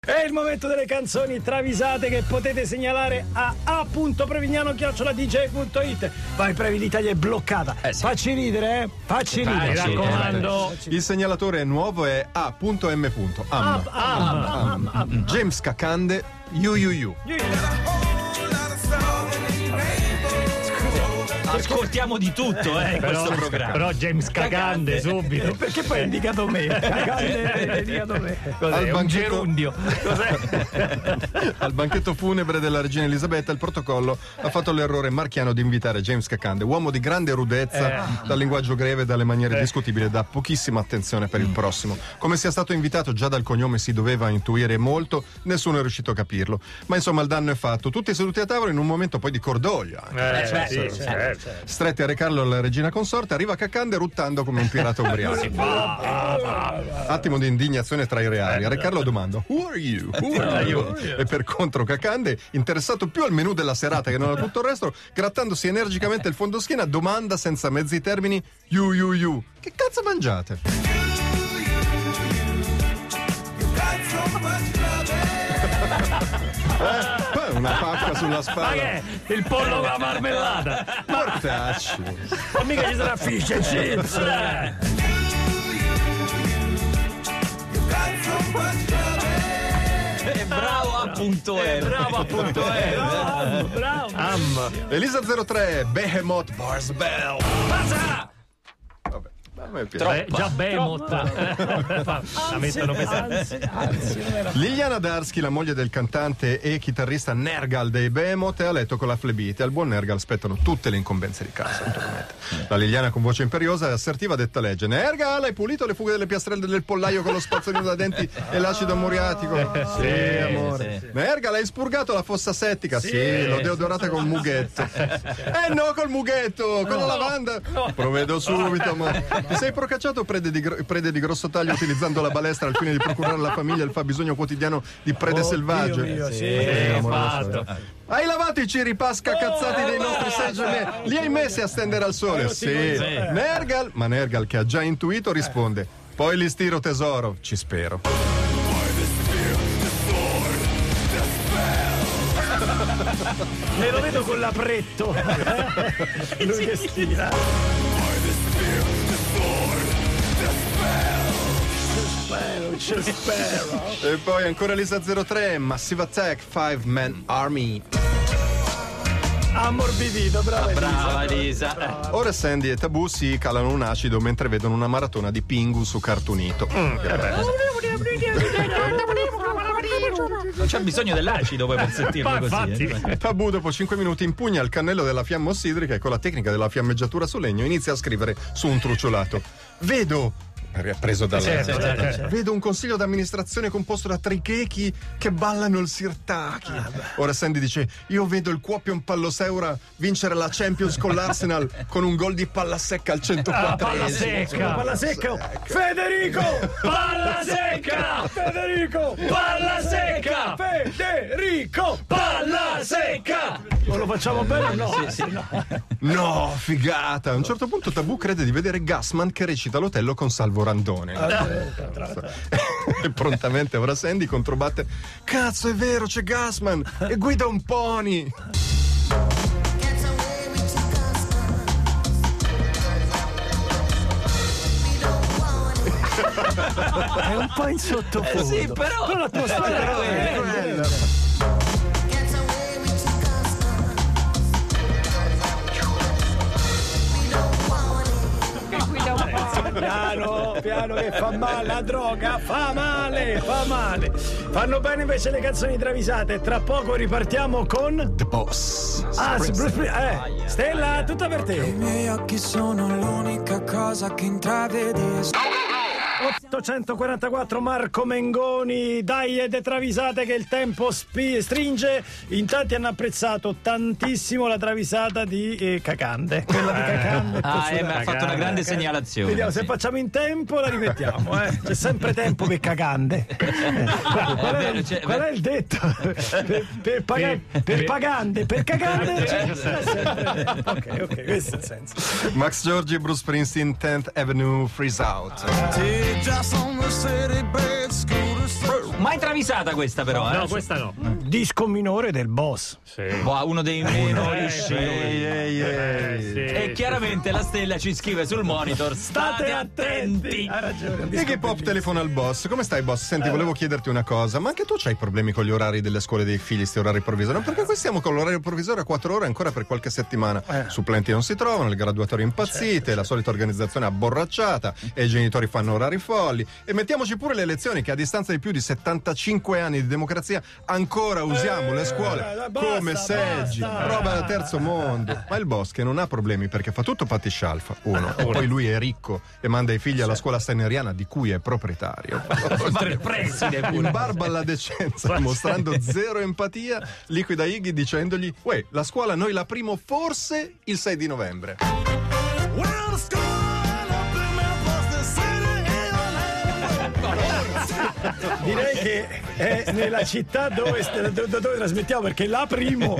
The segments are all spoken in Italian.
È il momento delle canzoni travisate che potete segnalare a a.prevignano@dj.it. Vai Previ, l'Italia è bloccata. Sì. Facci ridere, Facci ridere. Mi raccomando. Il segnalatore nuovo è a.m. James Cacande, you. Ascoltiamo di tutto in questo programma. Però James Cacande subito. Perché poi hai indicato me? Cacande hai indicato me. Cos'è? Un gerundio. Cos'è? Al banchetto funebre della regina Elisabetta il protocollo ha fatto l'errore marchiano di invitare James Cacande, uomo di grande rudezza, dal linguaggio greve e dalle maniere discutibili, da pochissima attenzione per il prossimo. Come sia stato invitato già dal cognome si doveva intuire molto, nessuno è riuscito a capirlo. Ma insomma il danno è fatto. Tutti seduti a tavola in un momento poi di cordoglio. Certo. Stretti a recarlo alla regina consorte, arriva Cacande ruttando come un pirata ubriaco. Attimo di indignazione tra i reali. A recarlo domanda: Who are you? E per contro Cacande, interessato più al menù della serata che non a tutto il resto, grattandosi energicamente il fondoschiena, domanda senza mezzi termini: You. Che cazzo mangiate? Una pacca sulla spalla. Ma che è? Il pollo con la marmellata. Mortacci. Ma mica ci sarà fish and chips. Bravo appunto. Bravo. Elisa 03, Behemoth Bars Bell. Passa! Già Behemoth. La mettono pesante. Liliana Darsky, la moglie del cantante e chitarrista Nergal dei Behemoth, è a letto con la flebite. Al buon Nergal spettano tutte le incombenze di casa, naturalmente. La Liliana con voce imperiosa e assertiva detta legge: Nergal, hai pulito le fughe delle piastrelle del pollaio con lo spazzolino da denti e l'acido muriatico? Sì, amore. Sì. Nergal, hai spurgato la fossa settica? Sì, l'ho deodorata col mughetto. No, col mughetto, con la lavanda. Provvedo subito, ma ti sei procacciato prede di grosso taglio utilizzando la balestra al fine di procurare alla famiglia il fabbisogno quotidiano di prede selvagge? Sì, fatto. Hai lavato i ciripasca cazzati dei nostri seggi? Li hai messi a stendere al sole? Sì. Nergal, ma Nergal, che ha già intuito, risponde: poi li stiro tesoro, ci spero. Me lo vedo con l'apretto. Lui che stira. E poi ancora Lisa 03, Massive Attack 5-Man Army. Ammorbidito, brava Lisa. Ora Sandy e Tabù si calano un acido mentre vedono una maratona di Pingu su Cartoonito. Non c'è bisogno dell'acido poi per sentirlo così. Tabù dopo 5 minuti impugna il cannello della fiamma ossidrica e con la tecnica della fiammeggiatura su legno inizia a scrivere su un truciolato: vedo, preso dalla vedo un consiglio d'amministrazione composto da trichechi che ballano il sirtaki. Ora Sandy dice: io vedo il Kuopion Palloseura vincere la Champions con l'Arsenal con un gol di palla secca al 104. Palla secca. Federico palla secca. Non lo facciamo bene? No, figata. A un certo punto Tabù crede di vedere Gassman che recita l'Otello con Salvo Randone. E prontamente ora Sandy controbatte: cazzo, è vero, c'è Gassman e guida un pony. È un po' in sottofondo. Sì, però l'atmosfera è quella. Piano che fa male, la droga fa male. Fanno bene invece le canzoni travisate. Tra poco ripartiamo con The Boss. Stella, tutta per te. I miei occhi sono l'unica cosa che intravedi. 844 Marco Mengoni, dai ed è travisate che il tempo stringe. In tanti hanno apprezzato tantissimo la travisata di Cacande. Quella di Cacande. Ha fatto una grande segnalazione. Vediamo se facciamo in tempo, la rimettiamo. C'è sempre tempo per Cacande. Qual è il detto? Per Pagande, per Cacande. Ok, questo è il senso. Max Giorgi e Bruce Springsteen, 10th Avenue Freeze Out. Just on the city bed, scooters. Mai travisata questa però, No, questa no. Disco minore del boss. Sì. Uno dei meno riusciti. Sì. E chiaramente la stella ci scrive sul monitor: state attenti. Hai ragione. Iggy Pop telefona al boss. Come stai, boss? Senti, volevo chiederti una cosa. Ma anche tu c'hai problemi con gli orari delle scuole dei figli, sti orari provvisori? No, perché qui stiamo con l'orario provvisorio a 4 ore ancora per qualche settimana. Supplenti non si trovano, le graduatorie impazzite, la solita organizzazione abborracciata e i genitori fanno orari folli. E mettiamoci pure le elezioni, che a distanza di più di 75 anni di democrazia ancora usiamo le scuole come seggi, roba da terzo mondo. Ma il boss, che non ha problemi perché fa tutto patiscialfa, uno, e poi lui è ricco e manda i figli alla scuola steineriana di cui è proprietario. In barba alla decenza, mostrando zero empatia, liquida Iggy dicendogli: uè, la scuola noi l'aprimo forse il 6 di novembre. Direi che è nella città dove trasmettiamo, perché la primo.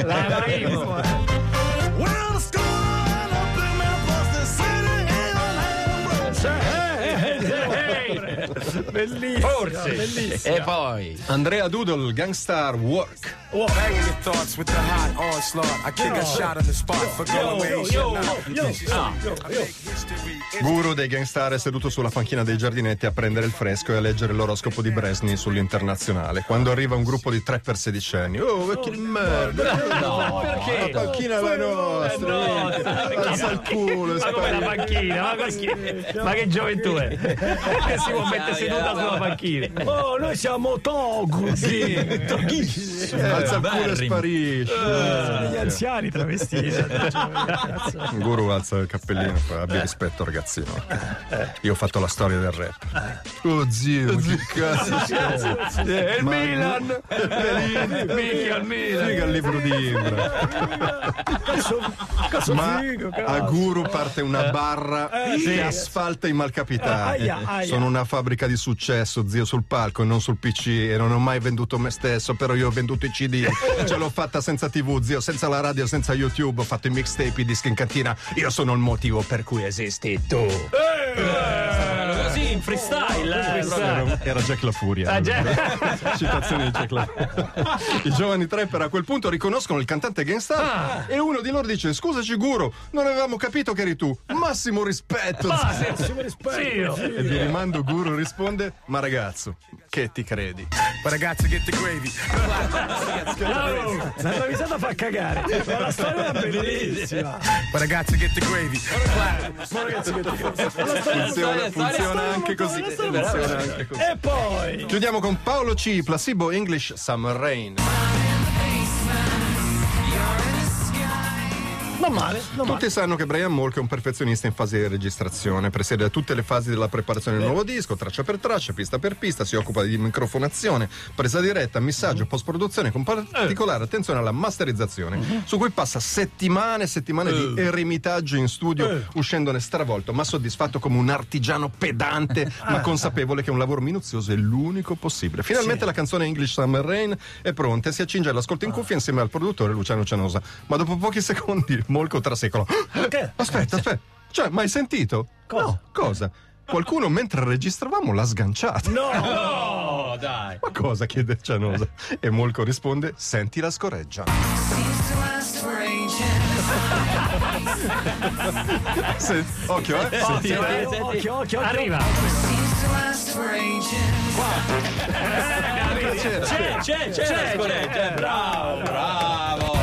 Bellissimo. Forse. Bellissimo. E poi Andrea Doodle, Gangstar Work. Banging your thoughts with the hot onslaught. I kick a shot on the spot for going where you should not. Guru dei Gangstar è seduto sulla panchina dei giardinetti a prendere il fresco e a leggere l'oroscopo di Bresni sull'Internazionale. Quando arriva un gruppo di 3 per sedicenni. Oh, che merda! no, La panchina è la nostra! Alza il culo! Ma come la panchina? Ma che gioventù è? Che si può mettere seduta sulla panchina? Oh, noi siamo Togu. Alza il culo e sparisce! Sono gli anziani travestiti. Guru alza il cappellino, abbia rispetto, ragazzino. Io ho fatto la storia del rap. Oh zio, che cazzo È il Milan! Mica il Milan! Figa il libro di Imbra. Ma a Guru parte una barra che asfalta i malcapitati. Sono una fabbrica di successo, zio, sul palco e non sul PC, e non ho mai venduto me stesso, però io ho venduto i CD. Ce l'ho fatta senza TV, zio, senza la radio, senza YouTube. Ho fatto i mixtape, i dischi in cantina. Io sono il motivo per cui esisti tu. così in freestyle. Era Jack La Furia. Citazione di Jack La Furia. I giovani trapper a quel punto riconoscono il cantante Gangstar e uno di loro dice: scusaci Guru, non avevamo capito che eri tu. Massimo rispetto. Massimo rispetto. E di rimando Guru risponde: ma ragazzo, che ti credi? But I got to get the gravy. La travisata fa cagare, ma la storia è bellissima. But I got to get the gravy. Funziona anche così. Funziona anche così. E poi Chiudiamo con Paolo C. Placebo English Summer Rain. non male, non male. Tutti sanno che Brian Molko è un perfezionista in fase di registrazione, presiede tutte le fasi della preparazione del nuovo disco, traccia per traccia, pista per pista, si occupa di microfonazione, presa diretta, missaggio, post-produzione, con particolare attenzione alla masterizzazione, su cui passa settimane e settimane di eremitaggio in studio, uscendone stravolto, ma soddisfatto come un artigiano pedante, ma consapevole che un lavoro minuzioso è l'unico possibile. Finalmente la canzone English Summer Rain è pronta e si accinge all'ascolto in cuffia insieme al produttore Luciano Cianosa, ma dopo pochi secondi Molko trasecolo. Aspetta. Cioè, mai sentito? Cosa? No. Cosa? Qualcuno mentre registravamo l'ha sganciata. No, dai. Ma cosa? Chiede Cianosa. E Molko risponde: senti la scoreggia. Occhio, Occhio. Arriva. C'è. Bravo.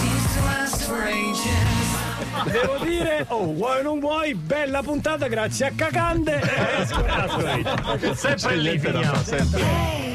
Devo dire, vuoi o non vuoi, bella puntata, grazie a Cacande. Sempre lì finiamo.